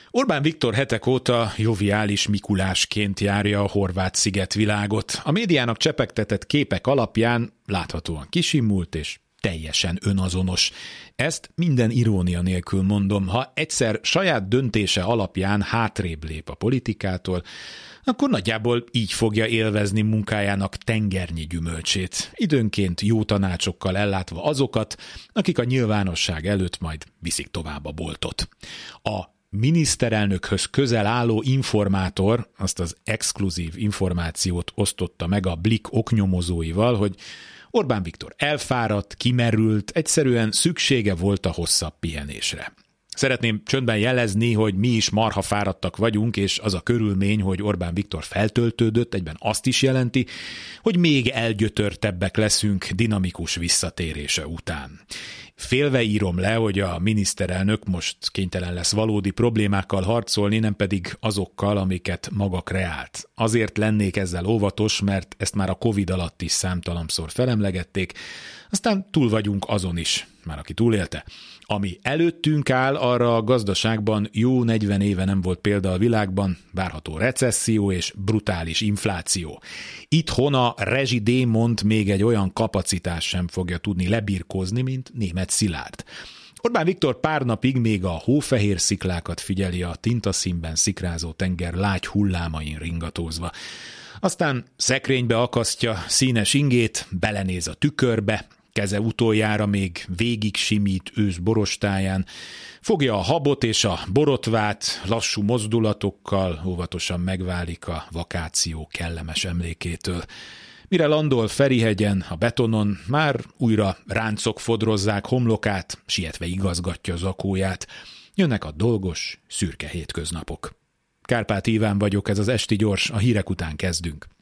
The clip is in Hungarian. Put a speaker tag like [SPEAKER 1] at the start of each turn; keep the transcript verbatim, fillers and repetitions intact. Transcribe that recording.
[SPEAKER 1] Orbán Viktor hetek óta joviális Mikulásként járja a horvát szigetvilágot. A médiának csepegtetett képek alapján láthatóan kisimmult és teljesen önazonos. Ezt minden irónia nélkül mondom, ha egyszer saját döntése alapján hátrébb lép a politikától, akkor nagyjából így fogja élvezni munkájának tengernyi gyümölcsét, időnként jó tanácsokkal ellátva azokat, akik a nyilvánosság előtt majd viszik tovább a boltot. A miniszterelnökhöz közel álló informátor azt az exkluzív információt osztotta meg a Blik oknyomozóival, hogy Orbán Viktor elfáradt, kimerült, egyszerűen szüksége volt a hosszabb pihenésre. Szeretném csöndben jelezni, hogy mi is marha fáradtak vagyunk, és az a körülmény, hogy Orbán Viktor feltöltődött, egyben azt is jelenti, hogy még elgyötörtebbek leszünk dinamikus visszatérése után. Félve írom le, hogy a miniszterelnök most kénytelen lesz valódi problémákkal harcolni, nem pedig azokkal, amiket maga kreált. Azért lennék ezzel óvatos, mert ezt már a Covid alatt is számtalanszor felemlegették, aztán túl vagyunk azon is, már aki túlélte. Ami előttünk áll, arra a gazdaságban jó negyven éve nem volt példa a világban, várható recesszió és brutális infláció. Itthon a rezsidémont még egy olyan kapacitás sem fogja tudni lebirkózni, mint Németh Szilárd. Orbán Viktor pár napig még a hófehér sziklákat figyeli a tintaszínben szikrázó tenger lágy hullámain ringatózva. Aztán szekrénybe akasztja színes ingét, belenéz a tükörbe, keze utoljára még végig simít ősz borostáján, fogja a habot és a borotvát, lassú mozdulatokkal óvatosan megválik a vakáció kellemes emlékétől. Mire landol Ferihegyen, a betonon, már újra ráncok fodrozzák homlokát, sietve igazgatja zakóját. Jönnek a dolgos, szürke hétköznapok. Kárpát Iván vagyok, ez az Esti Gyors, a hírek után kezdünk.